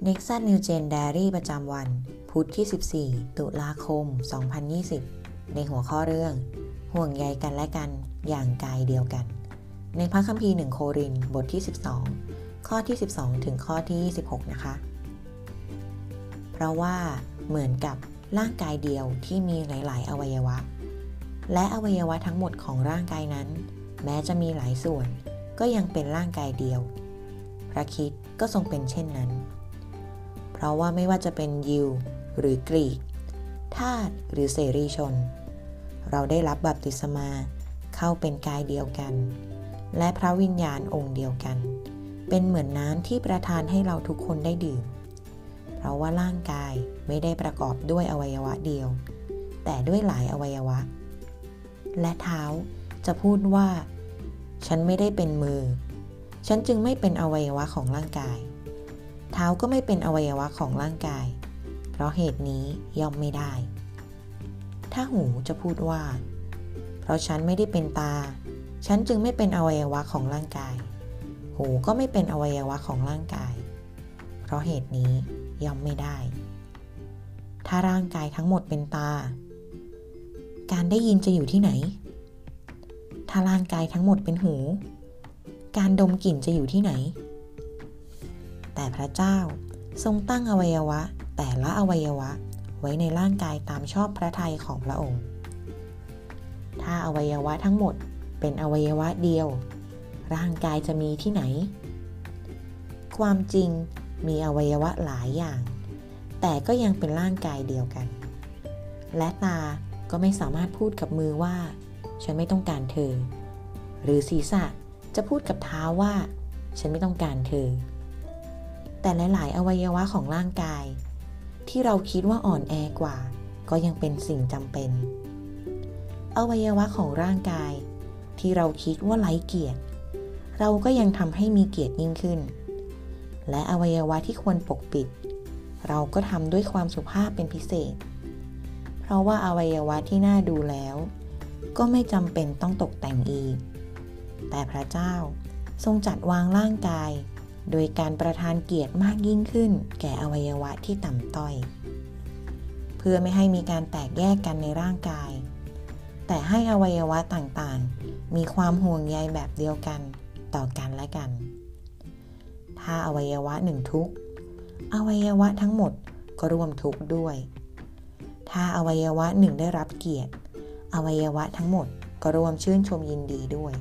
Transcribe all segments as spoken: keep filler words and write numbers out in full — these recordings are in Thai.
Nexus New Gen Diary ประจำวันพุธที่สิบสี่ตุลาคมสองพันยี่สิบในหัวข้อเรื่องห่วงใยกันและกันอย่างกายเดียวกันในพระคัมภีร์หนึ่งโครินธ์บทที่สิบสองข้อที่สิบสองถึงข้อที่ยี่สิบหกนะคะเพราะว่าเหมือนกับร่างกายเดียวที่มีหลายๆอวัยวะและอวัยวะทั้งหมดของร่างกายนั้นแม้จะมีหลายส่วนก็ยังเป็นร่างกายเดียวพระคริสต์ก็ทรงเป็นเช่นนั้นเพราะว่าไม่ว่าจะเป็นยิวหรือกรีกทาสหรือเสรีชนเราได้รับบัพติศมาเข้าเป็นกายเดียวกันและพระวิญญาณองค์เดียวกันเป็นเหมือนน้ำที่ประทานให้เราทุกคนได้ดื่มเพราะว่าร่างกายไม่ได้ประกอบด้วยอวัยวะเดียวแต่ด้วยหลายอวัยวะและเท้าจะพูดว่าฉันไม่ได้เป็นมือฉันจึงไม่เป็นอวัยวะของร่างกายเท้าก็ไม่เป็นอวัยวะของร่างกายเพราะเหตุนี้ย่อมไม่ได้ถ้าหูจะพูดว่าเพราะฉันไม่ได้เป็นตาฉันจึงไม่เป็นอวัยวะของร่างกายหูก็ไม่เป็นอวัยวะของร่างกายเพราะเหตุนี้ย่อมไม่ได้ถ้าร่างกายทั้งหมดเป็นตาการได้ยินจะอยู่ที่ไหนถ้าร่างกายทั้งหมดเป็นหูการดมกลิ่นจะอยู่ที่ไหนแต่พระเจ้าทรงตั้งอวัยวะแต่ละอวัยวะไว้ในร่างกายตามชอบพระทัยของพระองค์ถ้าอวัยวะทั้งหมดเป็นอวัยวะเดียวร่างกายจะมีที่ไหนความจริงมีอวัยวะหลายอย่างแต่ก็ยังเป็นร่างกายเดียวกันและตาก็ไม่สามารถพูดกับมือว่าฉันไม่ต้องการเธอหรือศีรษะจะพูดกับเท้าว่าฉันไม่ต้องการเธอแต่หลายๆอวัยวะของร่างกายที่เราคิดว่าอ่อนแอกว่าก็ยังเป็นสิ่งจำเป็นอวัยวะของร่างกายที่เราคิดว่าไร้เกียรติเราก็ยังทำให้มีเกียรติยิ่งขึ้นและอวัยวะที่ควรปกปิดเราก็ทำด้วยความสุภาพเป็นพิเศษเพราะว่าอวัยวะที่น่าดูแล้วก็ไม่จำเป็นต้องตกแต่งอีกแต่พระเจ้าทรงจัดวางร่างกายโดยการประทานเกียรติมากยิ่งขึ้นแก่อวัยวะที่ต่ำต้อยเพื่อไม่ให้มีการแตกแยกกันในร่างกายแต่ให้อวัยวะต่างๆมีความห่วงใยแบบเดียวกันต่อกันและกันถ้าอวัยวะหนึ่งทุกข์อวัยวะทั้งหมดก็ร่วมทุกข์ด้วยถ้าอวัยวะหนึ่งได้รับเกียรติอวัยวะทั้งหมดก็ร่วมชื่นชมยินดีด้วย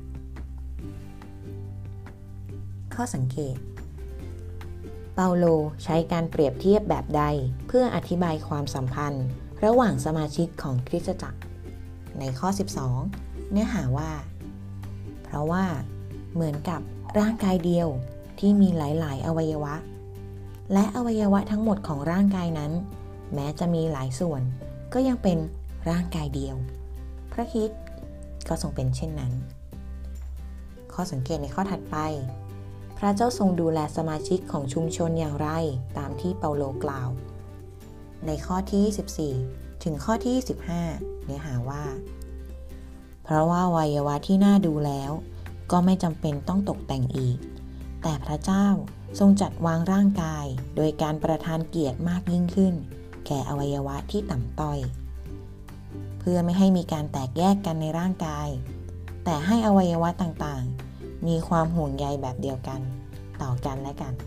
ข้อสังเกตเปาโลใช้การเปรียบเทียบแบบใดเพื่ออธิบายความสัมพันธ์ระหว่างสมาชิกของคริสตจักรในข้อสิบสองเนื้อหาว่าเพราะว่าเหมือนกับร่างกายเดียวที่มีหลายๆอวัยวะและอวัยวะทั้งหมดของร่างกายนั้นแม้จะมีหลายส่วนก็ยังเป็นร่างกายเดียวพระคริสต์ก็ทรงเป็นเช่นนั้นข้อสังเกตในข้อถัดไปพระเจ้าทรงดูแลสมาชิกของชุมชนอย่างไรตามที่เปาโลกล่าวในข้อที่ยี่สิบสี่ถึงข้อที่ยี่สิบห้าเนื้อหาว่าเพราะว่าอวัยวะที่น่าดูแล้วก็ไม่จำเป็นต้องตกแต่งอีกแต่พระเจ้าทรงจัดวางร่างกายโดยการประทานเกียรติมากยิ่งขึ้นแก่อวัยวะที่ต่ำต้อยเพื่อไม่ให้มีการแตกแยกกันในร่างกายแต่ให้อวัยวะต่างๆมีความห่วงใยแบบเดียวกันต่อกันและกัน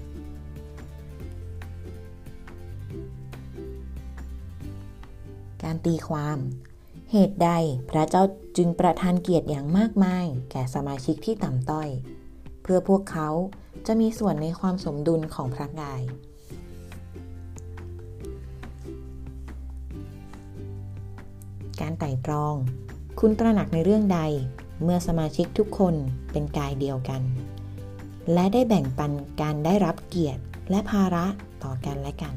การตีความเหตุใดพระเจ้าจึงประทานเกียรติอย่างมากมายแก่สมาชิกที่ต่ำต้อยเพื่อพวกเขาจะมีส่วนในความสมดุลของพระกายการไตร่ตรองคุณตระหนักในเรื่องใดเมื่อสมาชิกทุกคนเป็นกายเดียวกันและได้แบ่งปันการได้รับเกียรติและภาระต่อกันและกัน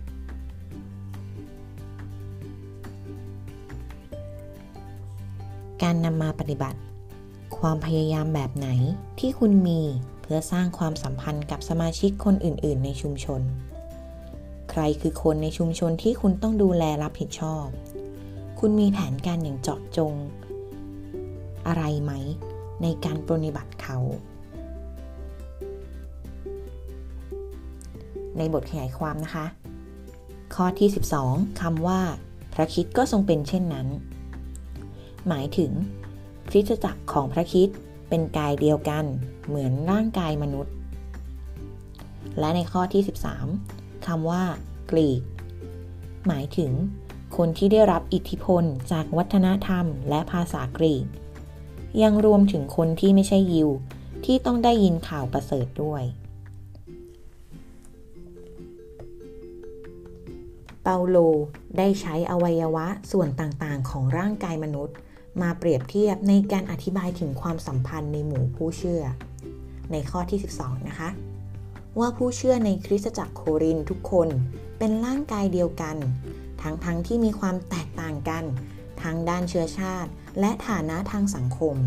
การนำมาปฏิบัติความพยายามแบบไหนที่คุณมีเพื่อสร้างความสัมพันธ์กับสมาชิกคนอื่นๆในชุมชนใครคือคนในชุมชนที่คุณต้องดูแลรับผิดชอบคุณมีแผนการอย่างเจาะจงอะไรไหมในการปฏิบัติเขาในบทขยายความนะคะ ข้อที่สิบสองคำว่าพระคริสต์ก็ทรงเป็นเช่นนั้นหมายถึงคริสตจักรของพระคริสต์เป็นกายเดียวกันเหมือนร่างกายมนุษย์และในข้อที่สิบสามคำว่ากรีกหมายถึงคนที่ได้รับอิทธิพลจากวัฒนธรรมและภาษากรีกยังรวมถึงคนที่ไม่ใช่ยิวที่ต้องได้ยินข่าวประเสริฐด้วยเปาโลได้ใช้อวัยวะส่วนต่างๆของร่างกายมนุษย์มาเปรียบเทียบในการอธิบายถึงความสัมพันธ์ในหมู่ผู้เชื่อในข้อที่สิบสองนะคะว่าผู้เชื่อในคริสตจักรโครินธ์ทุกคนเป็นร่างกายเดียวกันทั้งๆ ท, ที่มีความแตกต่างกันทั้งด้านเชื้อชาติและฐานะทางสังคม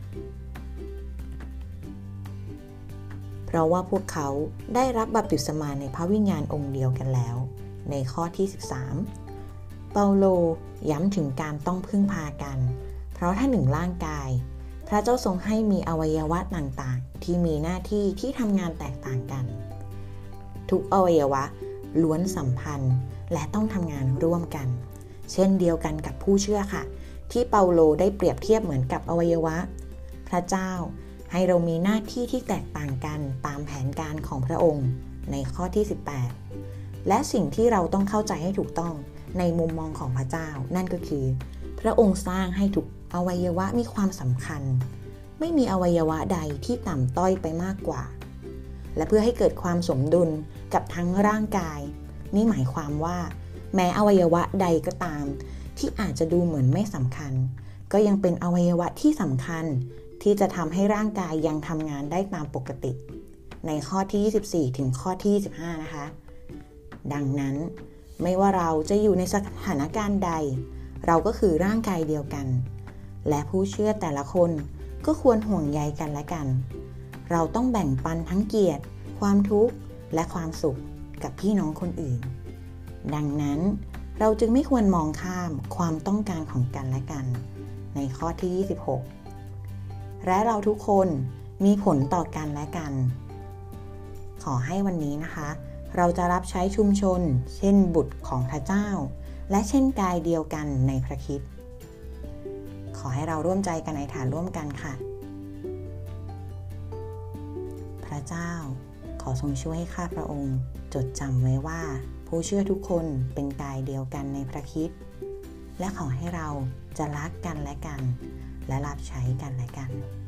เพราะว่าพวกเขาได้รับบัพติศมาในพระวิญญาณองค์เดียวกันแล้วในข้อที่สิบสามเปาโลย้ำถึงการต้องพึ่งพากันเพราะถ้าหนึ่งร่างกายพระเจ้าทรงให้มีอวัยวะต่างๆที่มีหน้าที่ที่ทำงานแตกต่างกันทุกอวัยวะล้วนสัมพันธ์และต้องทำงานร่วมกันเช่นเดียวกันกับผู้เชื่อค่ะที่เปาโลได้เปรียบเทียบเหมือนกับอวัยวะพระเจ้าให้เรามีหน้าที่ที่แตกต่างกันตามแผนการของพระองค์ในข้อที่สิบแปดและสิ่งที่เราต้องเข้าใจให้ถูกต้องในมุมมองของพระเจ้านั่นก็คือพระองค์สร้างให้ทุกอวัยวะมีความสำคัญไม่มีอวัยวะใดที่ต่ำต้อยไปมากกว่าและเพื่อให้เกิดความสมดุลกับทั้งร่างกายนี่หมายความว่าแม้อวัยวะใดก็ตามที่อาจจะดูเหมือนไม่สำคัญก็ยังเป็นอวัยวะที่สำคัญที่จะทำให้ร่างกายยังทำงานได้ตามปกติในข้อที่ยี่สิบสี่ถึงข้อที่ยี่สิบห้านะคะดังนั้นไม่ว่าเราจะอยู่ในสถานการณ์ใดเราก็คือร่างกายเดียวกันและผู้เชื่อแต่ละคนก็ควรห่วงใยกันและกันเราต้องแบ่งปันทั้งเกียรติความทุกข์และความสุขกับพี่น้องคนอื่นดังนั้นเราจึงไม่ควรมองข้ามความต้องการของกันและกันในข้อที่ยี่สิบหกและเราทุกคนมีผลต่อกันและกันขอให้วันนี้นะคะเราจะรับใช้ชุมชนเช่นบุตรของพระเจ้าและเช่นกายเดียวกันในพระคริสต์ขอให้เราร่วมใจกันอธิษฐานร่วมกันค่ะพระเจ้าขอทรงช่วยให้ข้าพระองค์จดจำไว้ว่าผู้เชื่อทุกคนเป็นกายเดียวกันในพระคริสต์และขอให้เราจะรักกันและกันและรับใช้กันและกัน